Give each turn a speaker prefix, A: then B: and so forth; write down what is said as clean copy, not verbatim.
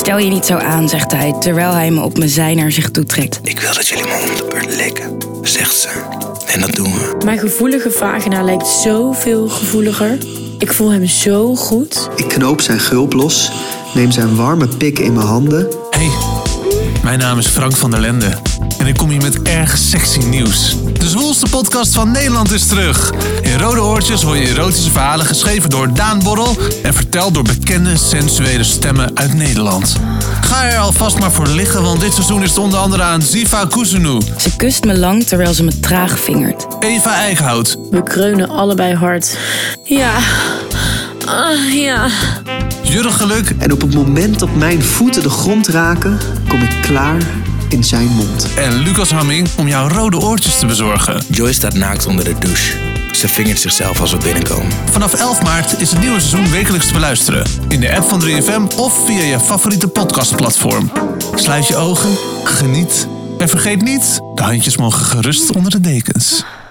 A: Stel je niet zo aan, zegt hij, terwijl hij me op mijn zij naar zich toe trekt.
B: Ik wil dat jullie me om de beurt likken, zegt ze. En dat doen we.
C: Mijn gevoelige vagina lijkt zoveel gevoeliger. Ik voel hem zo goed.
D: Ik knoop zijn gulp los, neem zijn warme pik in mijn handen.
E: Hey, mijn naam is Frank van der Lende. En ik kom hier met erg sexy nieuws. De zwoelste podcast van Nederland is terug. In Rode Oortjes hoor je erotische verhalen geschreven door Daan Borrel en verteld door bekende sensuele stemmen uit Nederland. Ga er alvast maar voor liggen, want dit seizoen is het onder andere aan Ziva Kuzunu.
A: Ze kust me lang terwijl ze me traag vingert.
E: Eva Eickhout.
C: We kreunen allebei hard. Ja. Ja.
E: Jurre Geluk.
D: En op het moment dat mijn voeten de grond raken, kom ik klaar in zijn mond.
E: En Lucas Hamming om jouw rode oortjes te bezorgen.
B: Joy staat naakt onder de douche. Ze vingert zichzelf als we binnenkomen.
E: Vanaf 11 maart is het nieuwe seizoen wekelijks te beluisteren. In de app van 3FM of via je favoriete podcastplatform. Sluit je ogen, geniet en vergeet niet, de handjes mogen gerust onder de dekens.